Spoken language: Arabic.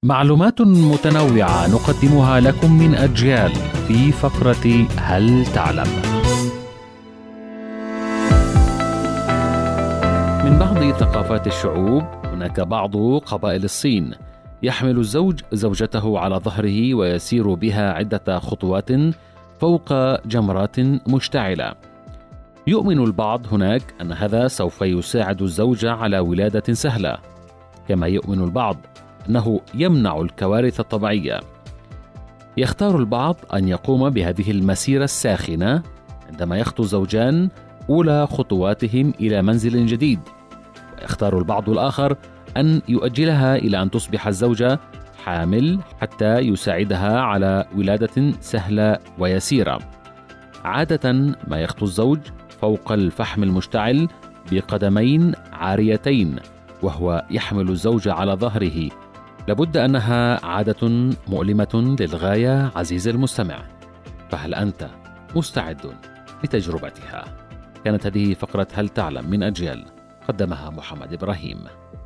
معلومات متنوعة نقدمها لكم من أجيال في فقرة هل تعلم؟ من بعض ثقافات الشعوب هناك بعض قبائل الصين يحمل الزوج زوجته على ظهره ويسير بها عدة خطوات فوق جمرات مشتعلة. يؤمن البعض هناك أن هذا سوف يساعد الزوج على ولادة سهلة، كما يؤمن البعض أنه يمنع الكوارث الطبيعية. يختار البعض أن يقوم بهذه المسيرة الساخنة عندما يخطو الزوجان أولى خطواتهم إلى منزل جديد، ويختار البعض الآخر أن يؤجلها إلى أن تصبح الزوجة حامل حتى يساعدها على ولادة سهلة ويسيرة. عادة ما يخطو الزوج فوق الفحم المشتعل بقدمين عاريتين وهو يحمل الزوجة على ظهره. لابد أنها عادة مؤلمة للغاية عزيزي المستمع، فهل أنت مستعد لتجربتها؟ كانت هذه فقرة هل تعلم من أجيال، قدمها محمد إبراهيم.